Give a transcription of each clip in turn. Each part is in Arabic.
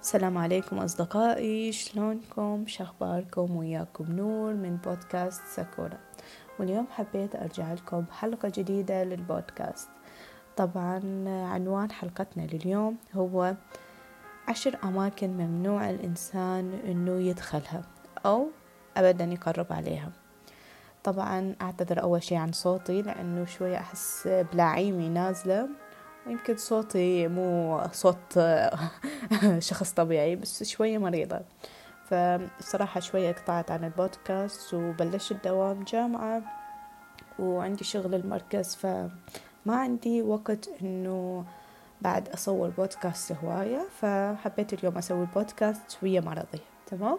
السلام عليكم أصدقائي، شلونكم؟ شخباركم؟ وياكم نور من بودكاست ساكورا. واليوم حبيت أرجع لكم بحلقة جديدة للبودكاست. طبعا عنوان حلقتنا لليوم هو 10 أماكن ممنوع الإنسان أنه يدخلها أو أبدا يقرب عليها. طبعا أعتذر أول شيء عن صوتي لأنه شوية أحس بلاعيمي نازلة، ويمكن صوتي مو صوت شخص طبيعي، بس شوية مريضة. فصراحة شوية قطعت عن البودكاست وبلشت دوام جامعة وعندي شغل المركز، فما عندي وقت انه بعد اصور بودكاست هواية. فحبيت اليوم اسوي البودكاست ويا مرضي. تمام.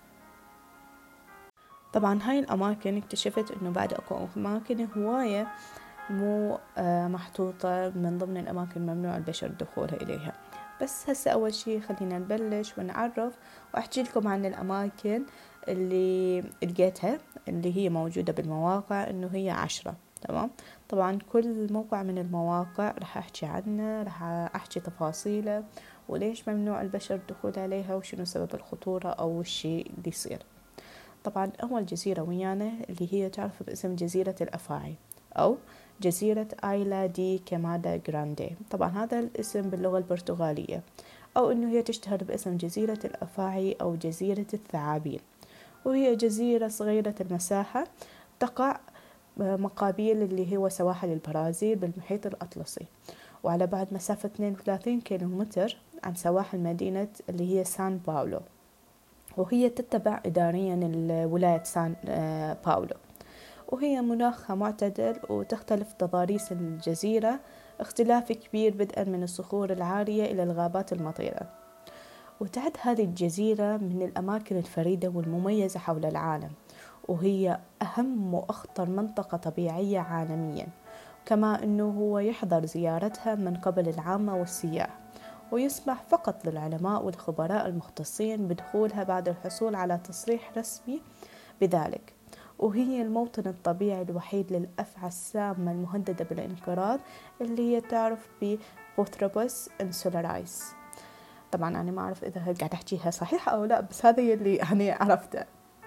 طبعا هاي الاماكن اكتشفت انه بعد اكو اماكن هواية مو محطوطة من ضمن الأماكن ممنوع البشر دخولها إليها. بس هسه أول شي خلينا نبلش ونعرف وأحكي لكم عن الأماكن اللي لقيتها، اللي هي موجودة بالمواقع، إنه هي 10. تمام. طبعا كل موقع من المواقع رح أحكي عنه، رح أحكي تفاصيله وليش ممنوع البشر الدخول عليها وشنو سبب الخطورة أو الشيء اللي يصير. طبعا أول جزيرة ويانا اللي هي تعرف باسم جزيرة الأفاعي أو جزيرة آيلا دي كامادا جراندي. طبعا هذا الاسم باللغة البرتغالية، أو أنه هي تشتهر باسم جزيرة الأفاعي أو جزيرة الثعابين. وهي جزيرة صغيرة المساحة تقع مقابل اللي هو سواحل البرازيل بالمحيط الأطلسي، وعلى بعد مسافة 32 كيلومتر عن سواحل مدينة اللي هي سان باولو، وهي تتبع إداريا ولاية سان باولو. وهي مناخها معتدل، وتختلف تضاريس الجزيرة اختلاف كبير بدءا من الصخور العالية إلى الغابات المطيرة. وتعد هذه الجزيرة من الأماكن الفريدة والمميزة حول العالم، وهي أهم وأخطر منطقة طبيعية عالميا، كما أنه هو يحظر زيارتها من قبل العامة والسياح، ويسمح فقط للعلماء والخبراء المختصين بدخولها بعد الحصول على تصريح رسمي بذلك. وهي الموطن الطبيعي الوحيد للأفعى السامة المهددة بالانقراض اللي هي تعرف ببوثروبوس انسولارايس. طبعا أنا ما أعرف إذا قاعد أحكيها صحيح أو لا، بس هذا اللي أنا عرفته.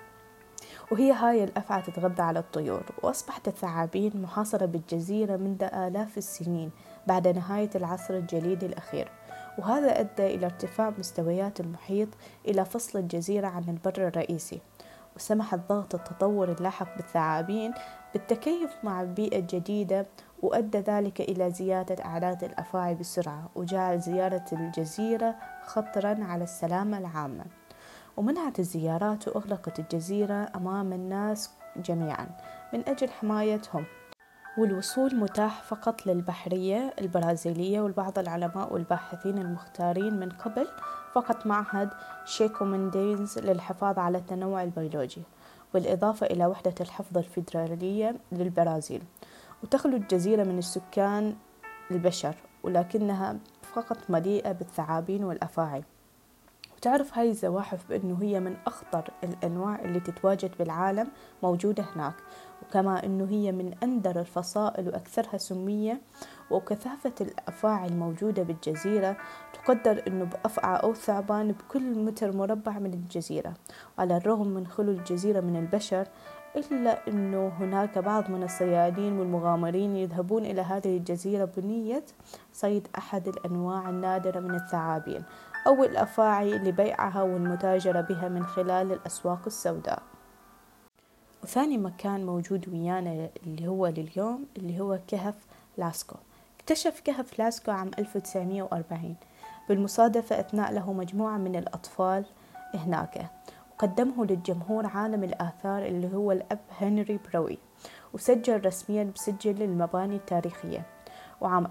وهي هاي الأفعى تتغذى على الطيور، وأصبحت الثعابين محاصرة بالجزيرة منذ آلاف السنين بعد نهاية العصر الجليدي الأخير، وهذا أدى إلى ارتفاع مستويات المحيط إلى فصل الجزيرة عن البر الرئيسي، وسمح الضغط التطور اللاحق بالثعابين بالتكيف مع البيئة الجديدة، وأدى ذلك إلى زيادة أعداد الأفاعي بسرعة، وجعل زيارة الجزيرة خطرا على السلامة العامة. ومنعت الزيارات وأغلقت الجزيرة أمام الناس جميعا من أجل حمايتهم، والوصول متاح فقط للبحرية البرازيلية والبعض العلماء والباحثين المختارين من قبل فقط معهد شيكو مينديز للحفاظ على التنوع البيولوجي، بالإضافة إلى وحدة الحفظ الفيدرالية للبرازيل. وتخلو الجزيرة من السكان البشر، ولكنها فقط مليئة بالثعابين والأفاعي. وتعرف هاي الزواحف بأنه هي من أخطر الأنواع اللي تتواجد بالعالم موجودة هناك، وكما أنه هي من أندر الفصائل وأكثرها سمية. وكثافة الأفاعي الموجودة بالجزيرة تقدر أنه بأفعى أو ثعبان بكل متر مربع من الجزيرة. وعلى الرغم من خلو الجزيرة من البشر، إلا أنه هناك بعض من الصيادين والمغامرين يذهبون إلى هذه الجزيرة بنية صيد أحد الأنواع النادرة من الثعابين أو الأفاعي لبيعها والمتاجرة بها من خلال الأسواق السوداء. وثاني مكان موجود ويانا اللي هو لليوم اللي هو كهف لاسكو. اكتشف كهف لاسكو عام 1940 بالمصادفة أثناء له مجموعة من الأطفال هناك، وقدمه للجمهور عالم الآثار اللي هو الأب هنري بروي، وسجل رسميا بسجل المباني التاريخية. وعام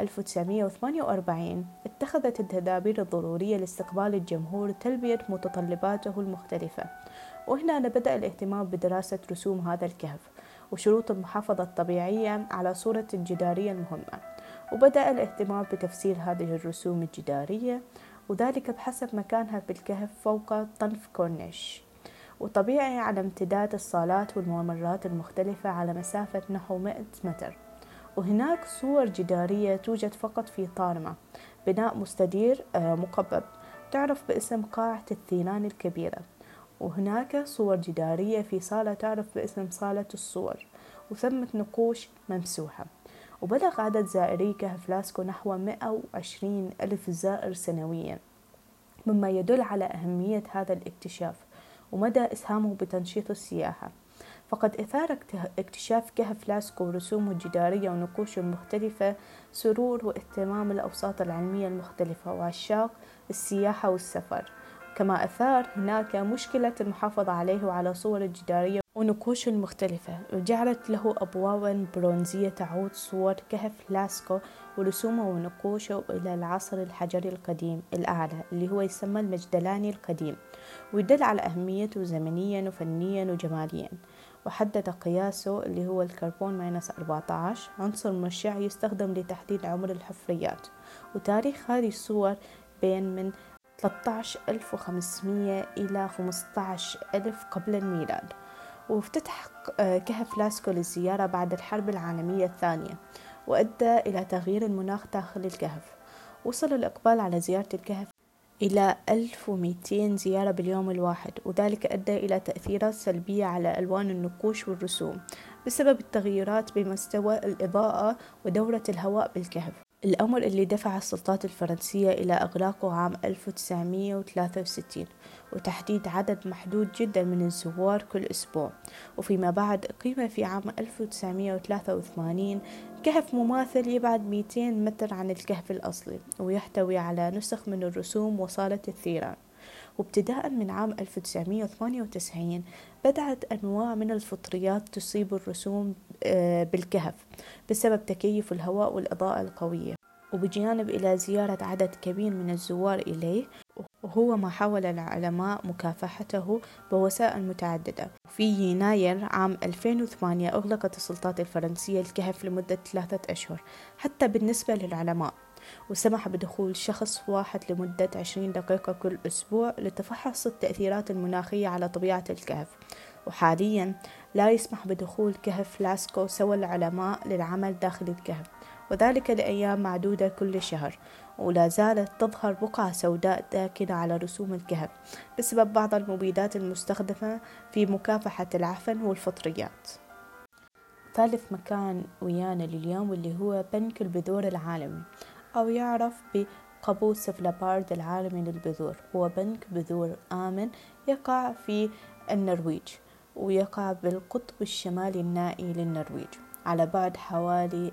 1948 اتخذت التدابير الضرورية لاستقبال الجمهور وتلبية متطلباته المختلفة. وهنا بدأ الاهتمام بدراسة رسوم هذا الكهف وشروط المحافظة الطبيعية على صورة الجدارية المهمة، وبدأ الاهتمام بتفسير هذه الرسوم الجدارية، وذلك بحسب مكانها في الكهف فوق طنف كورنيش، وطبيعي على امتداد الصالات والممرات المختلفة على مسافة نحو 100 متر. وهناك صور جدارية توجد فقط في طارمة، بناء مستدير مقبب تعرف باسم قاعة الثيران الكبيرة، وهناك صور جدارية في صالة تعرف باسم صالة الصور، وثمة نقوش ممسوحة. وبلغ عدد زائري كهف لاسكو نحو 120 ألف زائر سنويا، مما يدل على أهمية هذا الاكتشاف ومدى إسهامه بتنشيط السياحة. فقد أثار اكتشاف كهف لاسكو ورسومه الجدارية ونقوشه المختلفة سرور واهتمام الأوساط العلمية المختلفة وعشاق السياحة والسفر، كما أثار هناك مشكلة المحافظة عليه وعلى صور الجدارية ونقوشه المختلفة، وجعلت له أبوابا برونزية تعود صور كهف لاسكو ورسومه ونقوشه إلى العصر الحجري القديم الأعلى اللي هو يسمى المجدلاني القديم، ويدل على أهميته زمنيا وفنيا وجماليا. وحدد قياسه اللي هو الكربون -14 عنصر مشع يستخدم لتحديد عمر الحفريات. وتاريخ هذه الصور بين من 13,500 إلى 15,000 قبل الميلاد. وافتتح كهف لاسكو للزيارة بعد الحرب العالمية الثانية، وأدى إلى تغيير المناخ داخل الكهف. وصل الإقبال على زيارة الكهف إلى 1200 زيارة باليوم الواحد، وذلك أدى إلى تأثيرات سلبية على ألوان النقوش والرسوم بسبب التغيرات بمستوى الإضاءة ودورة الهواء بالكهف، الأمر اللي دفع السلطات الفرنسية إلى إغلاقه عام 1963 وتحديد عدد محدود جدا من الزوار كل أسبوع. وفيما بعد أقيم في عام 1983 كهف مماثل يبعد 200 متر عن الكهف الأصلي، ويحتوي على نسخ من الرسوم وصالة الثيران. وابتداء من عام 1998 بدأت أنواع من الفطريات تصيب الرسوم بالكهف بسبب تكيف الهواء والإضاءة القوية، وبجانب إلى زيارة عدد كبير من الزوار إليه، وهو ما حاول العلماء مكافحته بوسائل متعددة. في يناير عام 2008 أغلقت السلطات الفرنسية الكهف لمدة 3 أشهر حتى بالنسبة للعلماء، وسمح بدخول شخص واحد لمدة 20 دقيقة كل أسبوع لتفحص التأثيرات المناخية على طبيعة الكهف. وحاليا لا يسمح بدخول كهف لاسكو سوى العلماء للعمل داخل الكهف، وذلك لأيام معدودة كل شهر. ولا زالت تظهر بقعة سوداء داكنة على رسوم الكهف بسبب بعض المبيدات المستخدمة في مكافحة العفن والفطريات. ثالث مكان ويانا لليوم واللي هو بنك البذور العالمي، أو يعرف بقبو سفلبارد العالمي للبذور. هو بنك بذور آمن يقع في النرويج، ويقع بالقطب الشمالي النائي للنرويج على بعد حوالي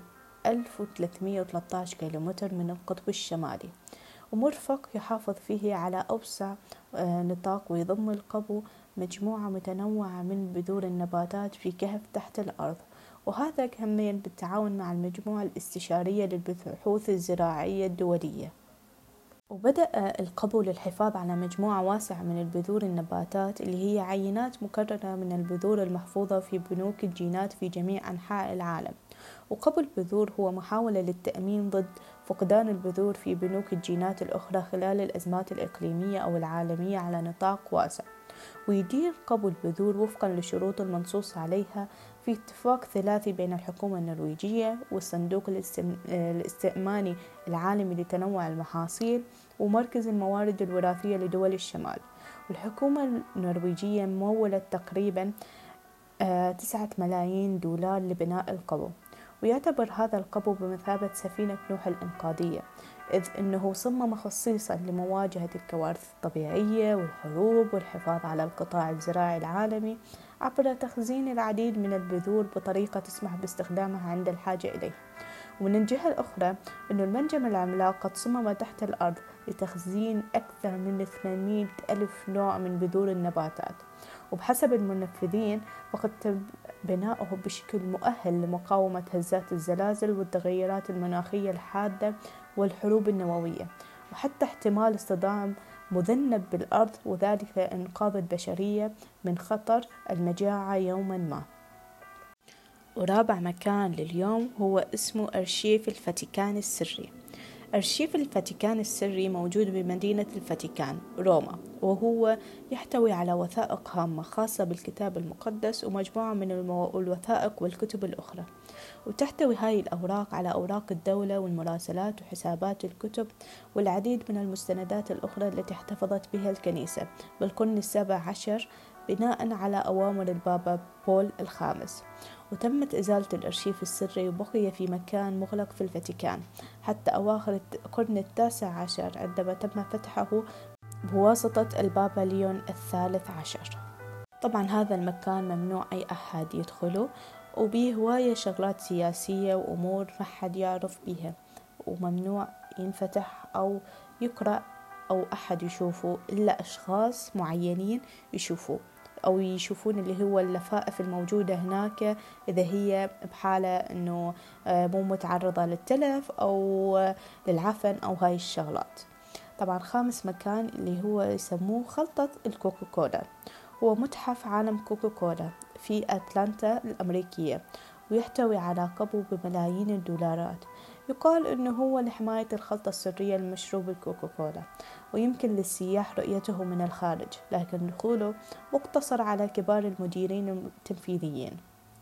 1313 كيلومتر من القطب الشمالي، ومرفق يحافظ فيه على أوسع نطاق، ويضم القبو مجموعة متنوعة من بذور النباتات في كهف تحت الأرض، وهذا كمان بالتعاون مع المجموعة الاستشارية للبحوث الزراعية الدولية. وبدأ القبو للحفاظ على مجموعة واسعة من البذور النباتات اللي هي عينات مكررة من البذور المحفوظة في بنوك الجينات في جميع أنحاء العالم. وقبو البذور هو محاولة للتأمين ضد فقدان البذور في بنوك الجينات الأخرى خلال الأزمات الإقليمية أو العالمية على نطاق واسع. ويدير قبو البذور وفقا للشروط المنصوص عليها في اتفاق ثلاثي بين الحكومة النرويجية والصندوق الاستئماني العالمي لتنوع المحاصيل ومركز الموارد الوراثية لدول الشمال. والحكومة النرويجية مولت تقريبا 9 ملايين دولار لبناء القبو. ويعتبر هذا القبو بمثابة سفينة نوح الإنقاذية، إذ أنه صمم خصيصا لمواجهة الكوارث الطبيعية والحروب والحفاظ على القطاع الزراعي العالمي عبر تخزين العديد من البذور بطريقة تسمح باستخدامها عند الحاجة إليه. ومن الجهة الأخرى أن المنجم العملاق قد صمم تحت الأرض لتخزين أكثر من 800 ألف نوع من بذور النباتات، وبحسب المنفذين فقد تم بناؤه بشكل مؤهل لمقاومة هزات الزلازل والتغيرات المناخية الحادة والحروب النووية، وحتى احتمال اصطدام مذنب بالأرض، وذلك إنقاذ البشرية من خطر المجاعة يوما ما. ورابع مكان لليوم هو اسمه أرشيف الفاتيكان السري. أرشيف الفاتيكان السري موجود بمدينة الفاتيكان روما، وهو يحتوي على وثائق هامة خاصة بالكتاب المقدس ومجموعة من الوثائق والكتب الأخرى. وتحتوي هاي الأوراق على أوراق الدولة والمراسلات وحسابات الكتب والعديد من المستندات الأخرى التي احتفظت بها الكنيسة بالقرن ال17 بناء على أوامر البابا بول الخامس. وتمت إزالة الأرشيف السري وبقي في مكان مغلق في الفاتيكان حتى أواخر القرن ال19 عندما تم فتحه بواسطة البابا ليون ال13. طبعا هذا المكان ممنوع أي أحد يدخله، وبيه هواية شغلات سياسية وأمور ما حد يعرف بيها، وممنوع ينفتح أو يقرأ أو أحد يشوفه إلا أشخاص معينين يشوفوه أو يشوفون اللي هو اللفائف الموجودة هناك إذا هي بحالة أنه مو متعرضة للتلف أو للعفن أو هاي الشغلات. طبعا خامس مكان اللي هو يسموه خلطة الكوكاكولا، هو متحف عالم كوكاكولا في أتلانتا الأمريكية، ويحتوي على قبو بملايين الدولارات. يقال أنه هو لحماية الخلطة السرية لمشروب الكوكاكولا، ويمكن للسياح رؤيته من الخارج، لكن دخوله مقتصر على كبار المديرين التنفيذيين.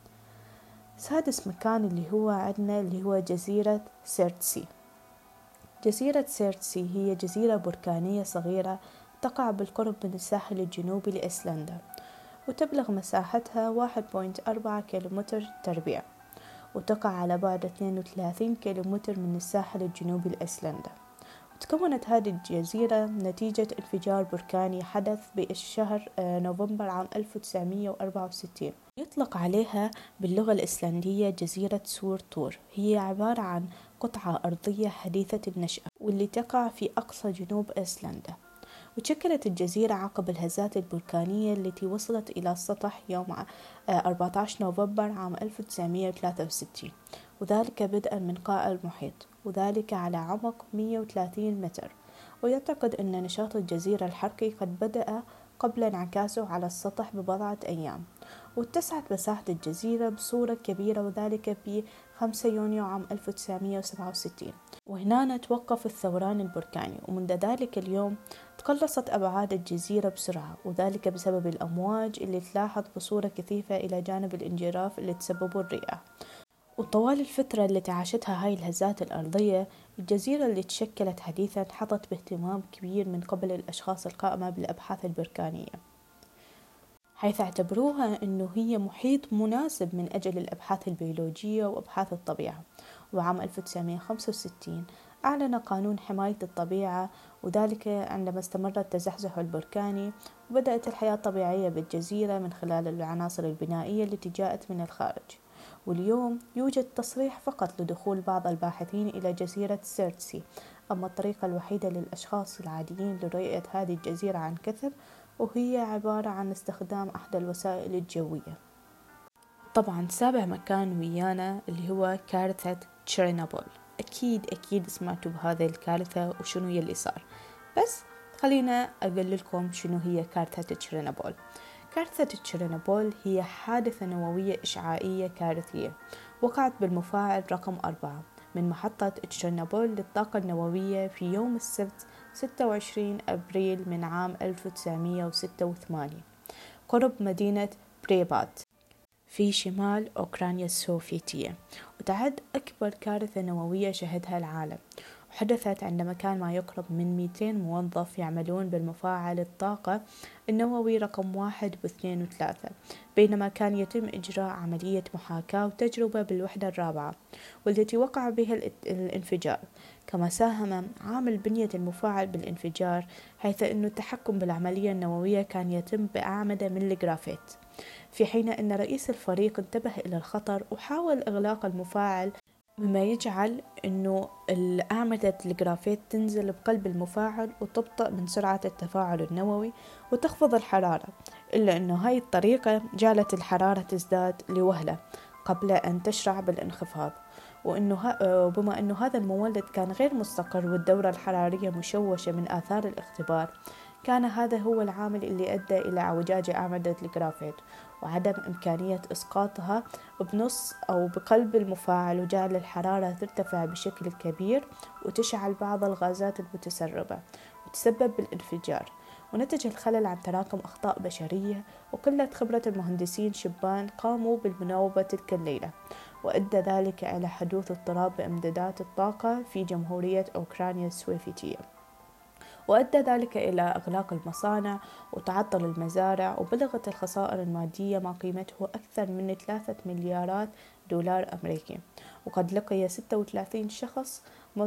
سادس مكان اللي هو عندنا اللي هو جزيرة سيرتسي. جزيرة سيرتسي هي جزيرة بركانية صغيرة تقع بالقرب من الساحل الجنوبي لأيسلندا، وتبلغ مساحتها 1.4 كيلومتر تربيع، وتقع على بعد 32 كيلومتر من الساحل الجنوبي لأيسلندا. وتكونت هذه الجزيرة نتيجة انفجار بركاني حدث بشهر نوفمبر عام 1964. يطلق عليها باللغة الإسلندية جزيرة سور تور. هي عبارة عن قطعة أرضية حديثة النشأة واللي تقع في أقصى جنوب أيسلندا. وتشكلت الجزيرة عقب الهزات البركانية التي وصلت إلى السطح يوم 14 نوفمبر عام 1963، وذلك بدءا من قاع المحيط، وذلك على عمق 130 متر. ويعتقد أن نشاط الجزيرة الحركي قد بدأ قبل انعكاسه على السطح ببضعة أيام. واتسعت مساحة الجزيرة بصورة كبيرة، وذلك ب 5 يونيو عام 1967، وهنا توقف الثوران البركاني. ومنذ ذلك اليوم تقلصت أبعاد الجزيرة بسرعة، وذلك بسبب الأمواج اللي تلاحظ بصورة كثيفة إلى جانب الانجراف اللي تسببه الرياح. وطوال الفترة التي عاشتها هاي الهزات الأرضية، الجزيرة اللي تشكلت حديثا حظت باهتمام كبير من قبل الأشخاص القائمة بالأبحاث البركانية، حيث اعتبروها أنه هي محيط مناسب من أجل الأبحاث البيولوجية وأبحاث الطبيعة. وعام 1965 أعلن قانون حماية الطبيعة، وذلك عندما استمر التزحزح البركاني وبدأت الحياة الطبيعية بالجزيرة من خلال العناصر البنائية التي جاءت من الخارج. واليوم يوجد تصريح فقط لدخول بعض الباحثين إلى جزيرة سيرتسي، أما الطريقة الوحيدة للأشخاص العاديين لرؤية هذه الجزيرة عن كثب، وهي عبارة عن استخدام أحد الوسائل الجوية. طبعا سابع مكان ويانا اللي هو كارثة تشيرنوبل. أكيد سمعتوا بهذه الكارثة وشنو هي اللي صار، بس خلينا أقول لكم شنو هي كارثة تشيرنوبل. كارثة تشيرنوبل هي حادثة نووية إشعاعية كارثية وقعت بالمفاعل رقم 4 من محطة تشيرنوبل للطاقة النووية في يوم السبت 26 أبريل من عام 1986 قرب مدينة بريبات في شمال أوكرانيا السوفيتية، وتعد أكبر كارثة نووية شهدها العالم. وحدثت عندما كان ما يقرب من 200 موظف يعملون بالمفاعل الطاقة النووي رقم 1 و2 و3، بينما كان يتم إجراء عملية محاكاة وتجربة بالوحدة الرابعة والتي وقع بها الانفجار. كما ساهم عامل بنية المفاعل بالانفجار، حيث أن التحكم بالعملية النووية كان يتم بأعمدة من الجرافيت، في حين أن رئيس الفريق انتبه إلى الخطر وحاول إغلاق المفاعل، مما يجعل أنه أعمدة الجرافيت تنزل بقلب المفاعل وتبطئ من سرعة التفاعل النووي وتخفض الحرارة، إلا أنه هاي الطريقة جعلت الحرارة تزداد لوهلة قبل أن تشرع بالانخفاض. وبما أنه هذا المولد كان غير مستقر والدورة الحرارية مشوشة من آثار الاختبار، كان هذا هو العامل اللي أدى إلى اعوجاج أعمدة الجرافيت وعدم إمكانية إسقاطها بنص أو بقلب المفاعل، وجعل الحرارة ترتفع بشكل كبير وتشعل بعض الغازات المتسربة وتسبب بالانفجار. ونتج الخلل عن تراكم أخطاء بشرية وقلة خبرة المهندسين شبان قاموا بالمناوبة تلك الليلة. وأدى ذلك إلى حدوث اضطراب بإمدادات الطاقة في جمهورية أوكرانيا السوفيتية، وأدى ذلك إلى إغلاق المصانع وتعطل المزارع، وبلغت الخسائر المادية ما قيمته أكثر من 3 مليارات دولار أمريكي، وقد لقي 36 شخص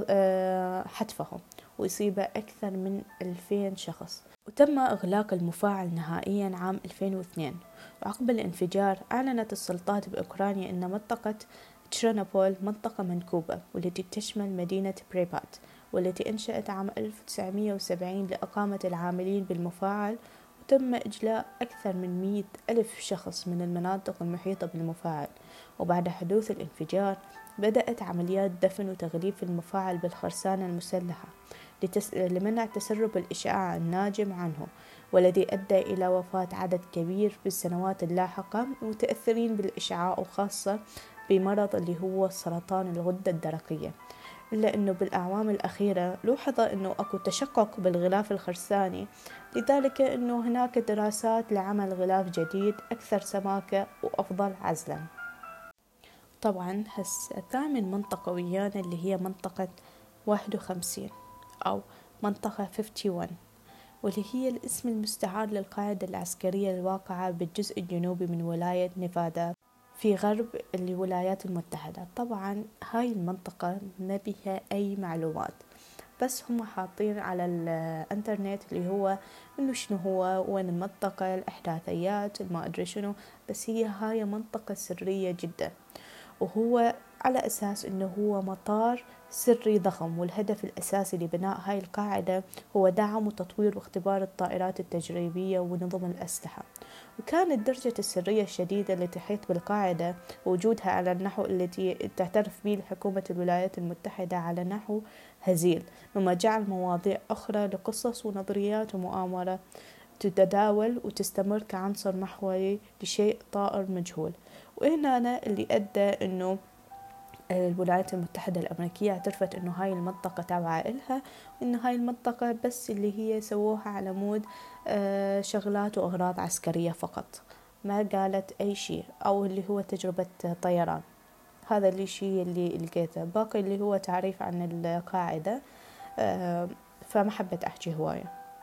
حتفهم، وأصيب أكثر من 2000 شخص. وتم إغلاق المفاعل نهائيا عام 2002. وعقب الانفجار أعلنت السلطات بأوكرانيا أن منطقة تشيرنوبول منطقة منكوبة، والتي تشمل مدينة بريبات، والتي أنشأت عام 1970 لإقامة العاملين بالمفاعل، وتم إجلاء أكثر من 100 ألف شخص من المناطق المحيطة بالمفاعل. وبعد حدوث الانفجار بدأت عمليات دفن وتغليف المفاعل بالخرسانة المسلحة لمنع تسرب الإشعاع الناجم عنه، والذي أدى إلى وفاة عدد كبير في السنوات اللاحقة متأثرين بالإشعاع، وخاصة بمرض اللي هو سرطان الغدة الدرقية. إلا أنه بالأعوام الأخيرة لوحظ أنه أكو تشقق بالغلاف الخرساني، لذلك أنه هناك دراسات لعمل غلاف جديد أكثر سماكة وأفضل عزلا. طبعا ثامن منطقة ويانا اللي هي منطقة 51 أو منطقة 51، واللي هي الاسم المستعار للقاعدة العسكرية الواقعة بالجزء الجنوبي من ولاية نيفادا في غرب الولايات المتحدة. طبعا هاي المنطقة ما بها أي معلومات، بس هم حاطين على الانترنت اللي هو انه شنو هو، وين المنطقة، الاحداثيات، ما ادري شنو، بس هي هاي منطقة سرية جدا، وهو على أساس أنه هو مطار سري ضخم. والهدف الأساسي لبناء هاي القاعدة هو دعم وتطوير واختبار الطائرات التجريبية ونظم الأسلحة. وكانت درجة السرية الشديدة التي تحيط بالقاعدة ووجودها على النحو التي تعترف به حكومة الولايات المتحدة على نحو هزيل، مما جعل مواضيع أخرى لقصص ونظريات ومؤامرة تتداول وتستمر كعنصر محوري لشيء طائر مجهول. وهنا أنا اللي أدى أنه الولايات المتحدة الأمريكية اعترفت أنه هاي المنطقة تابعة إلها، وأنه هاي المنطقة بس اللي هي سووها على مود شغلات وأغراض عسكرية فقط، ما قالت أي شيء، أو اللي هو تجربة طيران. هذا الشيء اللي لقيته، باقي اللي هو تعريف عن القاعدة فما حبيت أحكي هواية.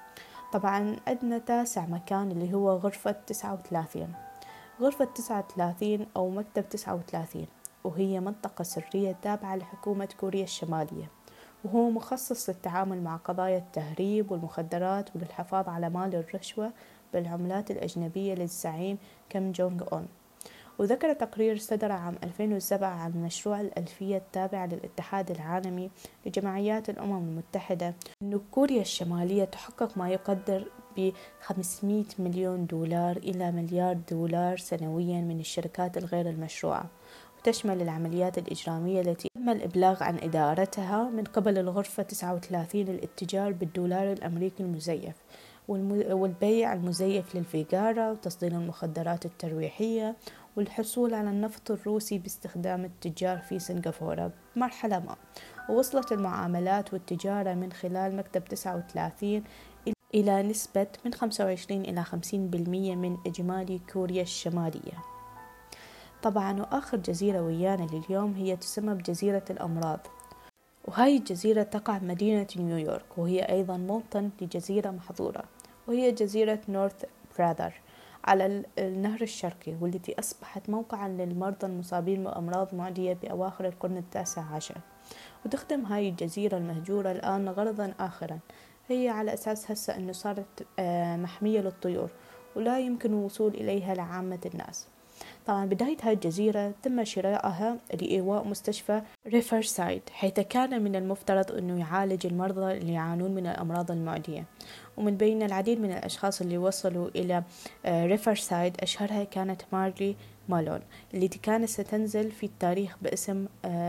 طبعا عندنا تاسع مكان اللي هو غرفة 39. غرفة 39 أو مكتب 39، وهي منطقة سرية تابعة لحكومة كوريا الشمالية، وهو مخصص للتعامل مع قضايا التهريب والمخدرات وللحفاظ على مال الرشوة بالعملات الأجنبية للزعيم كيم جونغ أون. وذكر تقرير صدر عام 2007 عن مشروع الألفية التابع للاتحاد العالمي لجمعيات الأمم المتحدة أن كوريا الشمالية تحقق ما يقدر ب 500 مليون دولار إلى مليار دولار سنويا من الشركات الغير المشروعة، وتشمل العمليات الإجرامية التي تم الإبلاغ عن إدارتها من قبل الغرفة 39 الاتجار بالدولار الأمريكي المزيف والبيع المزيف للفيغارا، وتصدير المخدرات الترويحية، والحصول على النفط الروسي باستخدام التجار في سنغافورة بمرحلة ما. ووصلت المعاملات والتجارة من خلال مكتب 39 إلى نسبة من 25 إلى 50% من إجمالي كوريا الشمالية. طبعا وآخر جزيرة ويانا لليوم هي تسمى بجزيرة الأمراض، وهاي الجزيرة تقع بمدينة نيويورك، وهي أيضا موطن لجزيرة محظورة، وهي جزيرة نورث براذر على النهر الشرقي، والتي أصبحت موقعا للمرضى المصابين بأمراض معدية بأواخر القرن ال19. وتخدم هاي الجزيرة المهجورة الآن غرضا آخرا، هي على أساس هسه أنه صارت محمية للطيور ولا يمكن الوصول إليها لعامة الناس. طبعا بداية هاي الجزيرة تم شرائها لإيواء مستشفى ريفرسايد، حيث كان من المفترض أنه يعالج المرضى اللي يعانون من الأمراض المعدية. ومن بين العديد من الأشخاص اللي وصلوا إلى ريفرسايد أشهرها كانت مارلي مالون، التي كانت ستنزل في التاريخ باسم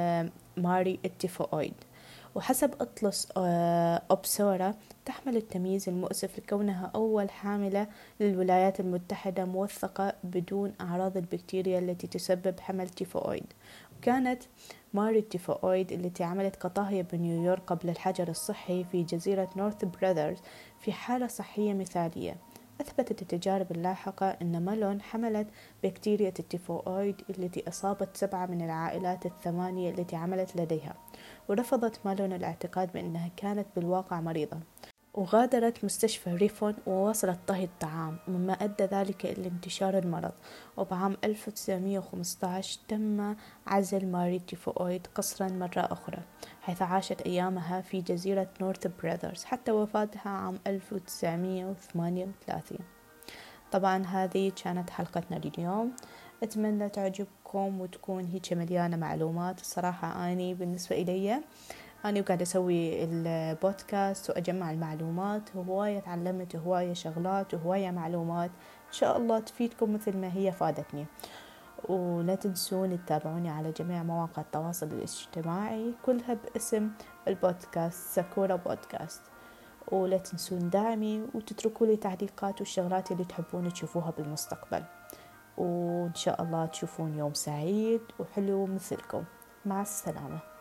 ماري التيفوئيد. وحسب أطلس أوبسورا تحمل التمييز المؤسف لكونها أول حاملة للولايات المتحدة موثقة بدون أعراض البكتيريا التي تسبب حمل تيفوئيد. وكانت ماري التيفوئيد التي عملت كطاهية بنيويورك قبل الحجر الصحي في جزيرة نورث براذرز في حالة صحية مثالية، أثبتت التجارب اللاحقة أن مالون حملت بكتيريا التيفوئيد التي أصابت 7 من العائلات الثمانية التي عملت لديها، ورفضت مالون الاعتقاد بأنها كانت بالواقع مريضة، وغادرت مستشفى ريفون وواصلت طهي الطعام، مما أدى ذلك إلى انتشار المرض. وبعام 1915 تم عزل ماري تيفوئيد قسرا مرة أخرى، حيث عاشت أيامها في جزيرة نورث براذرز حتى وفاتها عام 1938. طبعا هذه كانت حلقتنا لليوم، أتمنى تعجبكم وتكون هيك مليانة معلومات. الصراحة أني بالنسبة إلي أنا وقاعدة أسوي البودكاست وأجمع المعلومات، هواية تعلمت هواية شغلات وهواية معلومات إن شاء الله تفيدكم مثل ما هي فادتني. ولا تنسون تتابعوني على جميع مواقع التواصل الاجتماعي كلها باسم البودكاست ساكورا بودكاست. ولا تنسون دعمي وتتركوا لي تعليقات والشغلات اللي تحبون تشوفوها بالمستقبل، وإن شاء الله تشوفون يوم سعيد وحلو مثلكم. مع السلامة.